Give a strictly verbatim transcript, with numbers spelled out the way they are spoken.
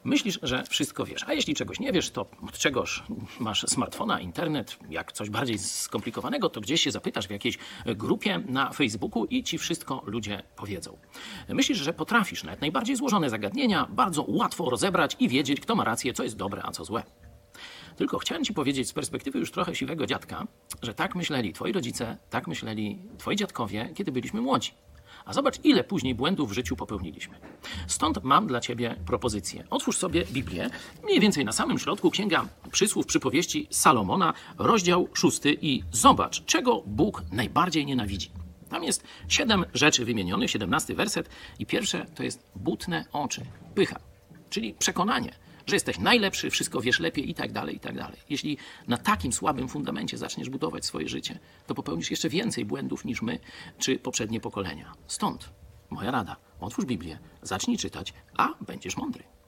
Myślisz, że wszystko wiesz. A jeśli czegoś nie wiesz, to od czegoż masz smartfona, internet, jak coś bardziej skomplikowanego, to gdzieś się zapytasz w jakiejś grupie na Facebooku i ci wszystko ludzie powiedzą. Myślisz, że potrafisz nawet najbardziej złożone zagadnienia bardzo łatwo rozebrać i wiedzieć, kto ma rację, co jest dobre, a co złe. Tylko chciałem ci powiedzieć z perspektywy już trochę siwego dziadka, że tak myśleli twoi rodzice, tak myśleli twoi dziadkowie, kiedy byliśmy młodzi. A zobacz, ile później błędów w życiu popełniliśmy. Stąd mam dla ciebie propozycję. Otwórz sobie Biblię, mniej więcej na samym środku Księga Przysłów, Przypowieści Salomona, rozdział szósty i zobacz, czego Bóg najbardziej nienawidzi. Tam jest siedem rzeczy wymienionych, siedemnasty werset i pierwsze to jest butne oczy, pycha, czyli przekonanie, że jesteś najlepszy, wszystko wiesz lepiej i tak dalej, i tak dalej. Jeśli na takim słabym fundamencie zaczniesz budować swoje życie, to popełnisz jeszcze więcej błędów niż my, czy poprzednie pokolenia. Stąd moja rada, otwórz Biblię, zacznij czytać, a będziesz mądry.